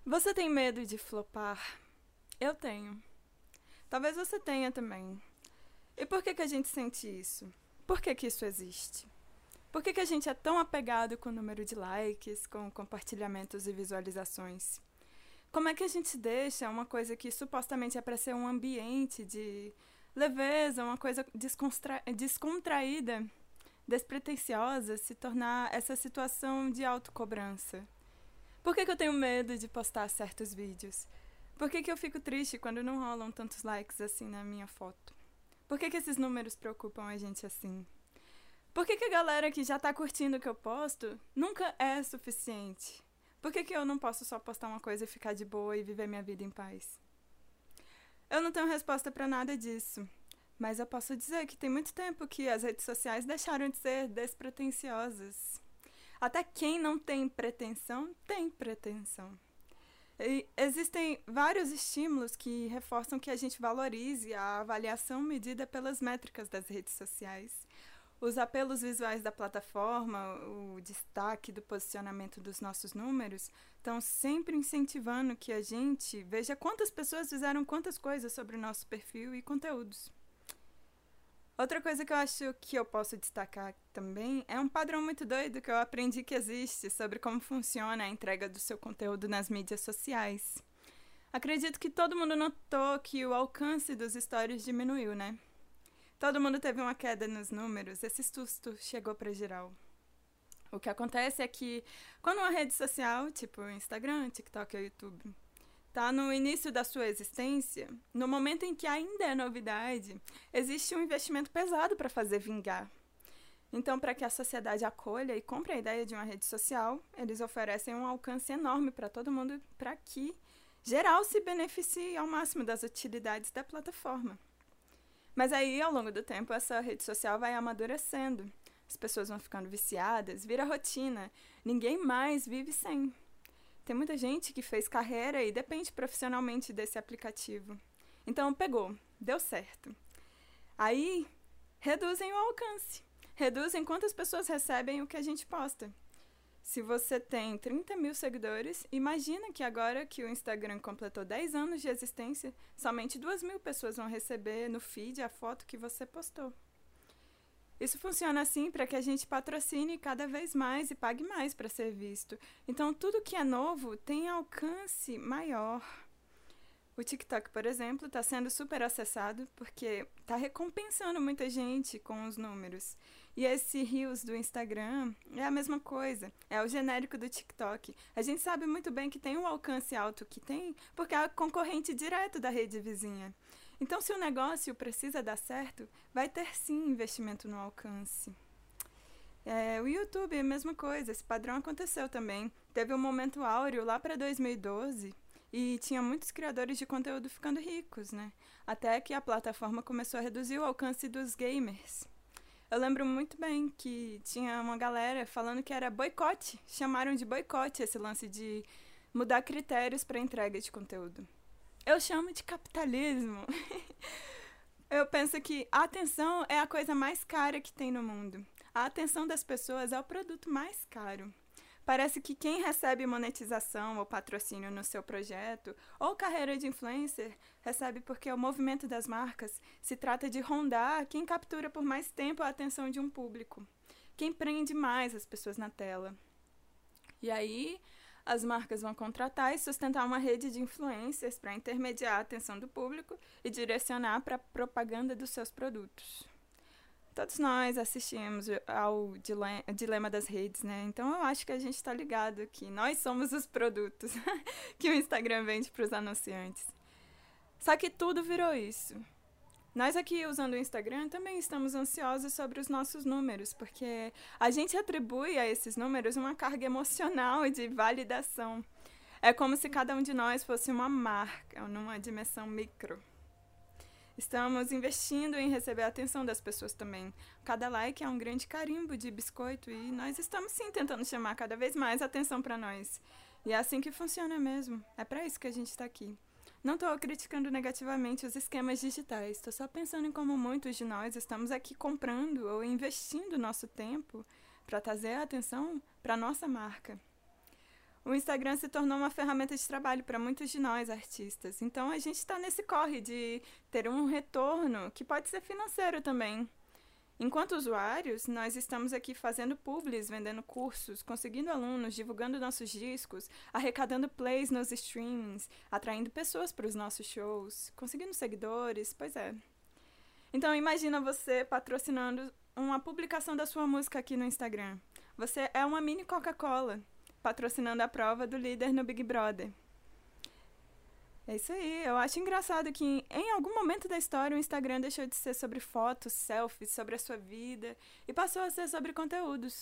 Você tem medo de flopar? Eu tenho. Talvez você tenha também. E por que a gente sente isso? Por que isso existe? Por que a gente é tão apegado com o número de likes, com compartilhamentos e visualizações? Como é que a gente deixa uma coisa que supostamente é para ser um ambiente de leveza, uma coisa descontraída, despretensiosa, se tornar essa situação de autocobrança? Por que eu tenho medo de postar certos vídeos? Por que eu fico triste quando não rolam tantos likes assim na minha foto? Por que esses números preocupam a gente assim? Por que a galera que já tá curtindo o que eu posto nunca é suficiente? Por que eu não posso só postar uma coisa e ficar de boa e viver minha vida em paz? Eu não tenho resposta pra nada disso, mas eu posso dizer que tem muito tempo que as redes sociais deixaram de ser despretensiosas. Até quem não tem pretensão, tem pretensão. E existem vários estímulos que reforçam que a gente valorize a avaliação medida pelas métricas das redes sociais. Os apelos visuais da plataforma, o destaque do posicionamento dos nossos números, estão sempre incentivando que a gente veja quantas pessoas fizeram quantas coisas sobre o nosso perfil e conteúdos. Outra coisa que eu acho que eu posso destacar também é um padrão muito doido que eu aprendi que existe sobre como funciona a entrega do seu conteúdo nas mídias sociais. Acredito que todo mundo notou que o alcance dos stories diminuiu, né? Todo mundo teve uma queda nos números, esse susto chegou para geral. O que acontece é que quando uma rede social, tipo Instagram, TikTok ou YouTube, está no início da sua existência, no momento em que ainda é novidade, existe um investimento pesado para fazer vingar. Então, para que a sociedade acolha e compre a ideia de uma rede social, eles oferecem um alcance enorme para todo mundo, para que geral se beneficie ao máximo das utilidades da plataforma. Mas aí, ao longo do tempo, essa rede social vai amadurecendo. As pessoas vão ficando viciadas, vira rotina. Ninguém mais vive sem. Tem muita gente que fez carreira e depende profissionalmente desse aplicativo. Então pegou, deu certo. Aí reduzem o alcance, reduzem quantas pessoas recebem o que a gente posta. Se você tem 30 mil seguidores, imagina que agora que o Instagram completou 10 anos de existência, somente 2.000 pessoas vão receber no feed a foto que você postou. Isso funciona assim para que a gente patrocine cada vez mais e pague mais para ser visto. Então, tudo que é novo tem alcance maior. O TikTok, por exemplo, está sendo super acessado porque está recompensando muita gente com os números. E esse Reels do Instagram é a mesma coisa, é o genérico do TikTok. A gente sabe muito bem que tem um alcance alto que tem porque é a concorrente direto da rede vizinha. Então, se o negócio precisa dar certo, vai ter sim investimento no alcance. O YouTube é a mesma coisa, esse padrão aconteceu também. Teve um momento áureo lá para 2012 e tinha muitos criadores de conteúdo ficando ricos, né? Até que a plataforma começou a reduzir o alcance dos gamers. Eu lembro muito bem que tinha uma galera falando que era boicote, chamaram de boicote esse lance de mudar critérios para entrega de conteúdo. Eu chamo de capitalismo. Eu penso que a atenção é a coisa mais cara que tem no mundo. A atenção das pessoas é o produto mais caro. Parece que quem recebe monetização ou patrocínio no seu projeto ou carreira de influencer recebe porque o movimento das marcas se trata de rondar quem captura por mais tempo a atenção de um público, quem prende mais as pessoas na tela. E aí as marcas vão contratar e sustentar uma rede de influencers para intermediar a atenção do público e direcionar para a propaganda dos seus produtos. Todos nós assistimos ao dilema das redes, né? Então eu acho que a gente está ligado que nós somos os produtos que o Instagram vende para os anunciantes. Só que tudo virou isso. Nós aqui usando o Instagram também estamos ansiosos sobre os nossos números, porque a gente atribui a esses números uma carga emocional de validação. É como se cada um de nós fosse uma marca, numa dimensão micro. Estamos investindo em receber a atenção das pessoas também. Cada like é um grande carimbo de biscoito e nós estamos sim tentando chamar cada vez mais atenção para nós. E é assim que funciona mesmo. É para isso que a gente está aqui. Não estou criticando negativamente os esquemas digitais, estou só pensando em como muitos de nós estamos aqui comprando ou investindo nosso tempo para trazer a atenção para a nossa marca. o Instagram se tornou uma ferramenta de trabalho para muitos de nós, artistas. Então, a gente está nesse corre de ter um retorno que pode ser financeiro também. Enquanto usuários, nós estamos aqui fazendo publis, vendendo cursos, conseguindo alunos, divulgando nossos discos, arrecadando plays nos streamings, atraindo pessoas para os nossos shows, conseguindo seguidores, pois é. Então imagina você patrocinando uma publicação da sua música aqui no Instagram. Você é uma mini Coca-Cola, patrocinando a prova do líder no Big Brother. É isso aí, eu acho engraçado que em algum momento da história o Instagram deixou de ser sobre fotos, selfies, sobre a sua vida e passou a ser sobre conteúdos.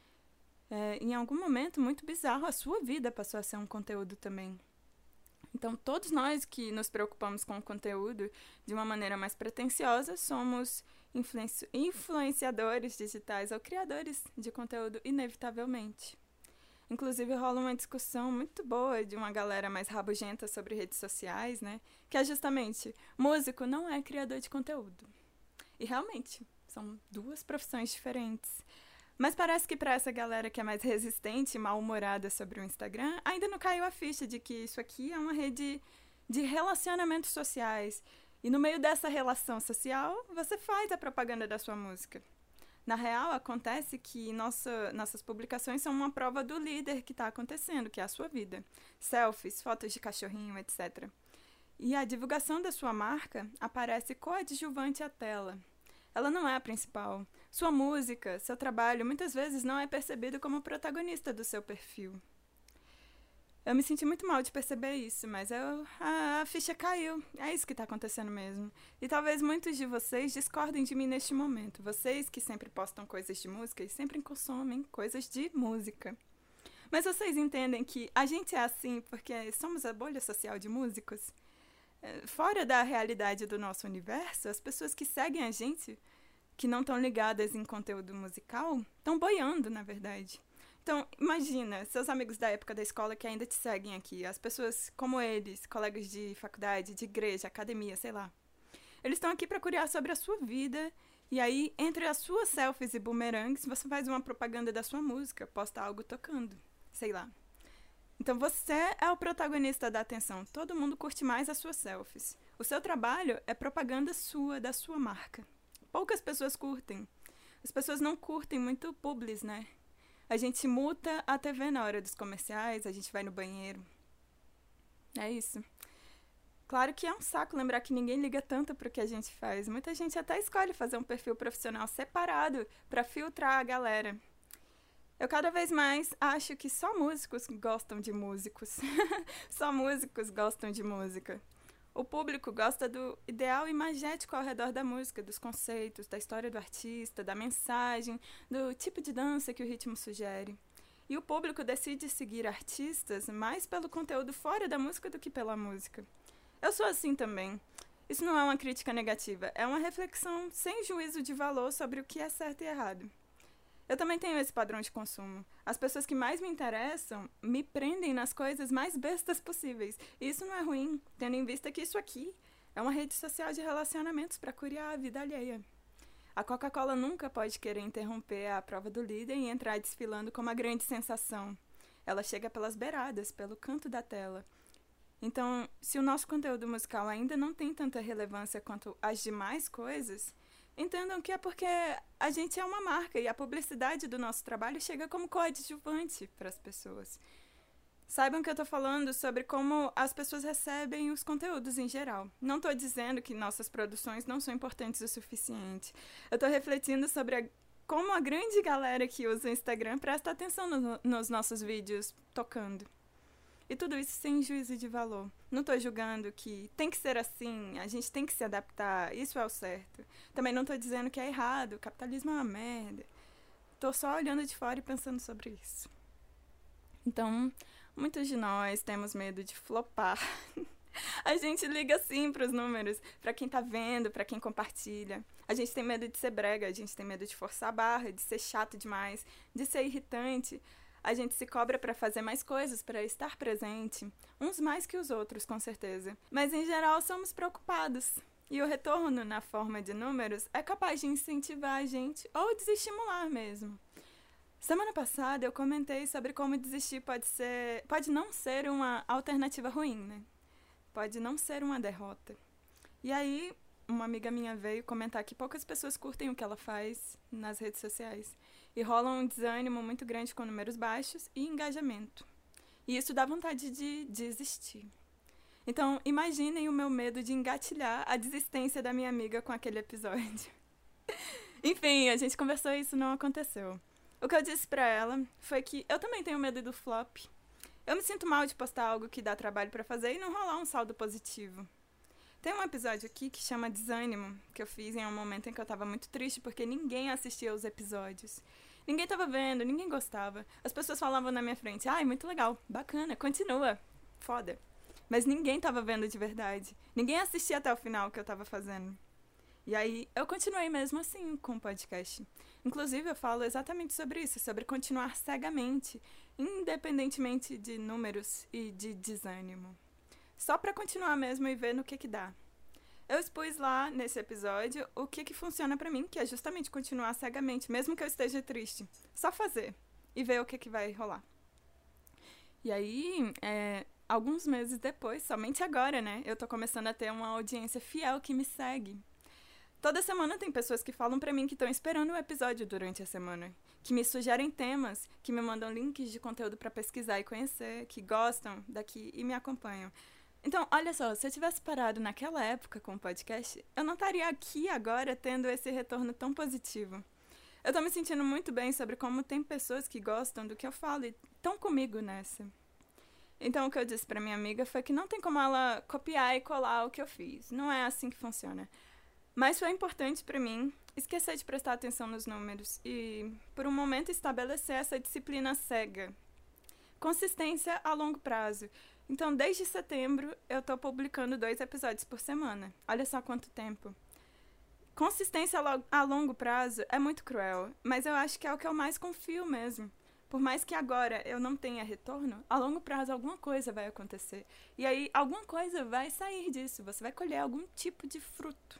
Em algum momento muito bizarro, a sua vida passou a ser um conteúdo também. Então todos nós que nos preocupamos com o conteúdo de uma maneira mais pretensiosa somos influenciadores digitais ou criadores de conteúdo inevitavelmente. Inclusive rola uma discussão muito boa de uma galera mais rabugenta sobre redes sociais, né? Que é justamente, músico não é criador de conteúdo. E realmente, são duas profissões diferentes. Mas parece que para essa galera que é mais resistente e mal-humorada sobre o Instagram, ainda não caiu a ficha de que isso aqui é uma rede de relacionamentos sociais. E no meio dessa relação social, você faz a propaganda da sua música. Na real, acontece que nossas publicações são uma prova do líder que está acontecendo, que é a sua vida. Selfies, fotos de cachorrinho, etc. E a divulgação da sua marca aparece coadjuvante à tela. Ela não é a principal. Sua música, seu trabalho, muitas vezes não é percebido como protagonista do seu perfil. Eu me senti muito mal de perceber isso, mas a ficha caiu. É isso que está acontecendo mesmo. E talvez muitos de vocês discordem de mim neste momento. Vocês que sempre postam coisas de música e sempre consomem coisas de música. Mas vocês entendem que a gente é assim porque somos a bolha social de músicos? Fora da realidade do nosso universo, as pessoas que seguem a gente, que não estão ligadas em conteúdo musical, estão boiando, na verdade. Então, imagina, seus amigos da época da escola que ainda te seguem aqui, as pessoas como eles, colegas de faculdade, de igreja, academia, sei lá. Eles estão aqui para curiar sobre a sua vida, e aí, entre as suas selfies e boomerangues, você faz uma propaganda da sua música, posta algo tocando, sei lá. Então, você é o protagonista da atenção, todo mundo curte mais as suas selfies. O seu trabalho é propaganda sua, da sua marca. Poucas pessoas curtem. As pessoas não curtem muito publis, né? A gente muta a TV na hora dos comerciais, a gente vai no banheiro. É isso. Claro que é um saco lembrar que ninguém liga tanto pro que a gente faz. Muita gente até escolhe fazer um perfil profissional separado para filtrar a galera. Eu cada vez mais acho que só músicos gostam de músicos. Só músicos gostam de música. O público gosta do ideal imagético ao redor da música, dos conceitos, da história do artista, da mensagem, do tipo de dança que o ritmo sugere. E o público decide seguir artistas mais pelo conteúdo fora da música do que pela música. Eu sou assim também. Isso não é uma crítica negativa, é uma reflexão sem juízo de valor sobre o que é certo e errado. Eu também tenho esse padrão de consumo. As pessoas que mais me interessam me prendem nas coisas mais bestas possíveis. E isso não é ruim, tendo em vista que isso aqui é uma rede social de relacionamentos para curiar a vida alheia. A Coca-Cola nunca pode querer interromper a prova do líder e entrar desfilando como a grande sensação. Ela chega pelas beiradas, pelo canto da tela. Então, se o nosso conteúdo musical ainda não tem tanta relevância quanto as demais coisas, entendam que é porque a gente é uma marca e a publicidade do nosso trabalho chega como coadjuvante para as pessoas. Saibam que eu estou falando sobre como as pessoas recebem os conteúdos em geral. Não estou dizendo que nossas produções não são importantes o suficiente. Eu estou refletindo sobre como a grande galera que usa o Instagram presta atenção nos nossos vídeos tocando. E tudo isso sem juízo de valor. Não estou julgando que tem que ser assim, a gente tem que se adaptar, isso é o certo. Também não estou dizendo que é errado, o capitalismo é uma merda. Estou só olhando de fora e pensando sobre isso. Então, muitos de nós temos medo de flopar. A gente liga sim para os números, para quem está vendo, para quem compartilha. A gente tem medo de ser brega, a gente tem medo de forçar a barra, de ser chato demais, de ser irritante. A gente se cobra para fazer mais coisas, para estar presente, uns mais que os outros, com certeza. Mas, em geral, somos preocupados. E o retorno na forma de números é capaz de incentivar a gente ou desestimular mesmo. Semana passada eu comentei sobre como desistir pode não ser uma alternativa ruim, né? Pode não ser uma derrota. E aí, uma amiga minha veio comentar que poucas pessoas curtem o que ela faz nas redes sociais. E rola um desânimo muito grande com números baixos e engajamento. E isso dá vontade de desistir. Então, imaginem o meu medo de engatilhar a desistência da minha amiga com aquele episódio. Enfim, a gente conversou e isso não aconteceu. O que eu disse pra ela foi que eu também tenho medo do flop. Eu me sinto mal de postar algo que dá trabalho pra fazer e não rolar um saldo positivo. Tem um episódio aqui que chama Desânimo, que eu fiz em um momento em que eu tava muito triste porque ninguém assistia os episódios. Ninguém tava vendo, ninguém gostava. As pessoas falavam na minha frente, ai, muito legal, bacana, continua, foda. Mas ninguém tava vendo de verdade. Ninguém assistia até o final o que eu tava fazendo. E aí, eu continuei mesmo assim com o podcast. Inclusive, eu falo exatamente sobre isso, sobre continuar cegamente, independentemente de números e de desânimo. Só pra continuar mesmo e ver no que dá. Eu expus lá, nesse episódio, o que funciona pra mim, que é justamente continuar cegamente, mesmo que eu esteja triste. Só fazer e ver o que vai rolar. E aí, alguns meses depois, somente agora, né, eu tô começando a ter uma audiência fiel que me segue. Toda semana tem pessoas que falam pra mim que estão esperando o episódio durante a semana, que me sugerem temas, que me mandam links de conteúdo pra pesquisar e conhecer, que gostam daqui e me acompanham. Então, olha só, se eu tivesse parado naquela época com o podcast, eu não estaria aqui agora tendo esse retorno tão positivo. Eu tô me sentindo muito bem sobre como tem pessoas que gostam do que eu falo e estão comigo nessa. Então, o que eu disse pra minha amiga foi que não tem como ela copiar e colar o que eu fiz. Não é assim que funciona. Mas foi importante pra mim esquecer de prestar atenção nos números e, por um momento, estabelecer essa disciplina cega. Consistência a longo prazo. Então, desde setembro, eu tô publicando 2 episódios por semana. Olha só quanto tempo. Consistência a longo prazo é muito cruel, mas eu acho que é o que eu mais confio mesmo. Por mais que agora eu não tenha retorno, a longo prazo alguma coisa vai acontecer. E aí, alguma coisa vai sair disso. Você vai colher algum tipo de fruto.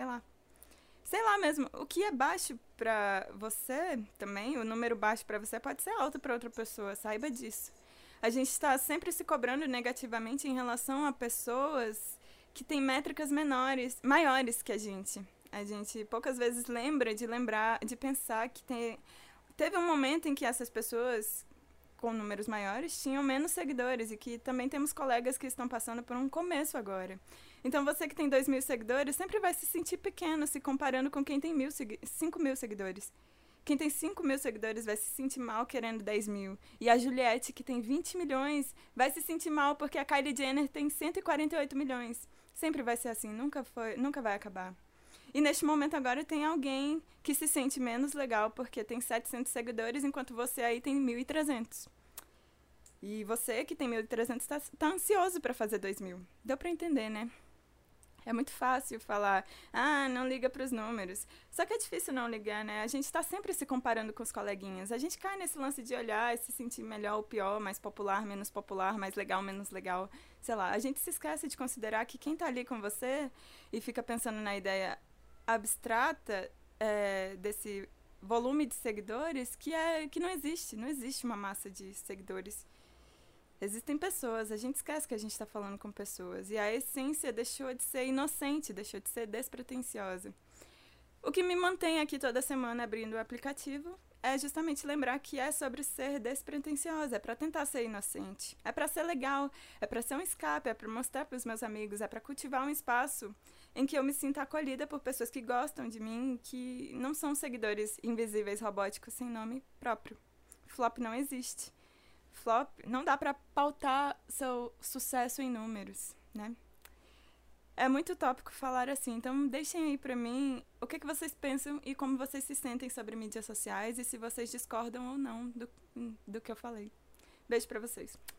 Sei lá mesmo, o que é baixo pra você também, o número baixo pra você pode ser alto pra outra pessoa, saiba disso. A gente está sempre se cobrando negativamente em relação a pessoas que têm métricas maiores que a gente. A gente poucas vezes lembra de pensar que teve um momento em que essas pessoas com números maiores tinham menos seguidores e que também temos colegas que estão passando por um começo agora. Então você que tem 2.000 seguidores sempre vai se sentir pequeno se comparando com quem tem 5.000 seguidores. Quem tem 5.000 seguidores vai se sentir mal querendo 10.000. E a Juliette, que tem 20 milhões, vai se sentir mal porque a Kylie Jenner tem 148 milhões. Sempre vai ser assim, nunca vai acabar. E neste momento agora tem alguém que se sente menos legal porque tem 700 seguidores, enquanto você aí tem 1.300. E você que tem 1.300 tá ansioso para fazer 2.000. Deu para entender, né? É muito fácil falar, não liga pros números. Só que é difícil não ligar, né? A gente tá sempre se comparando com os coleguinhas. A gente cai nesse lance de olhar e se sentir melhor ou pior, mais popular, menos popular, mais legal, menos legal. Sei lá, a gente se esquece de considerar que quem tá ali com você e fica pensando na ideia abstrata desse volume de seguidores que não existe uma massa de seguidores. Existem pessoas, a gente esquece que a gente está falando com pessoas. E a essência deixou de ser inocente, deixou de ser despretensiosa. O que me mantém aqui toda semana abrindo o aplicativo é justamente lembrar que é sobre ser despretensiosa, é para tentar ser inocente, é para ser legal, é para ser um escape, é para mostrar para os meus amigos, é para cultivar um espaço em que eu me sinta acolhida por pessoas que gostam de mim, que não são seguidores invisíveis robóticos sem nome próprio. Flop não existe. Flop, não dá pra pautar seu sucesso em números, né? É muito utópico falar assim, então deixem aí pra mim o que vocês pensam e como vocês se sentem sobre mídias sociais e se vocês discordam ou não do que eu falei. Beijo pra vocês.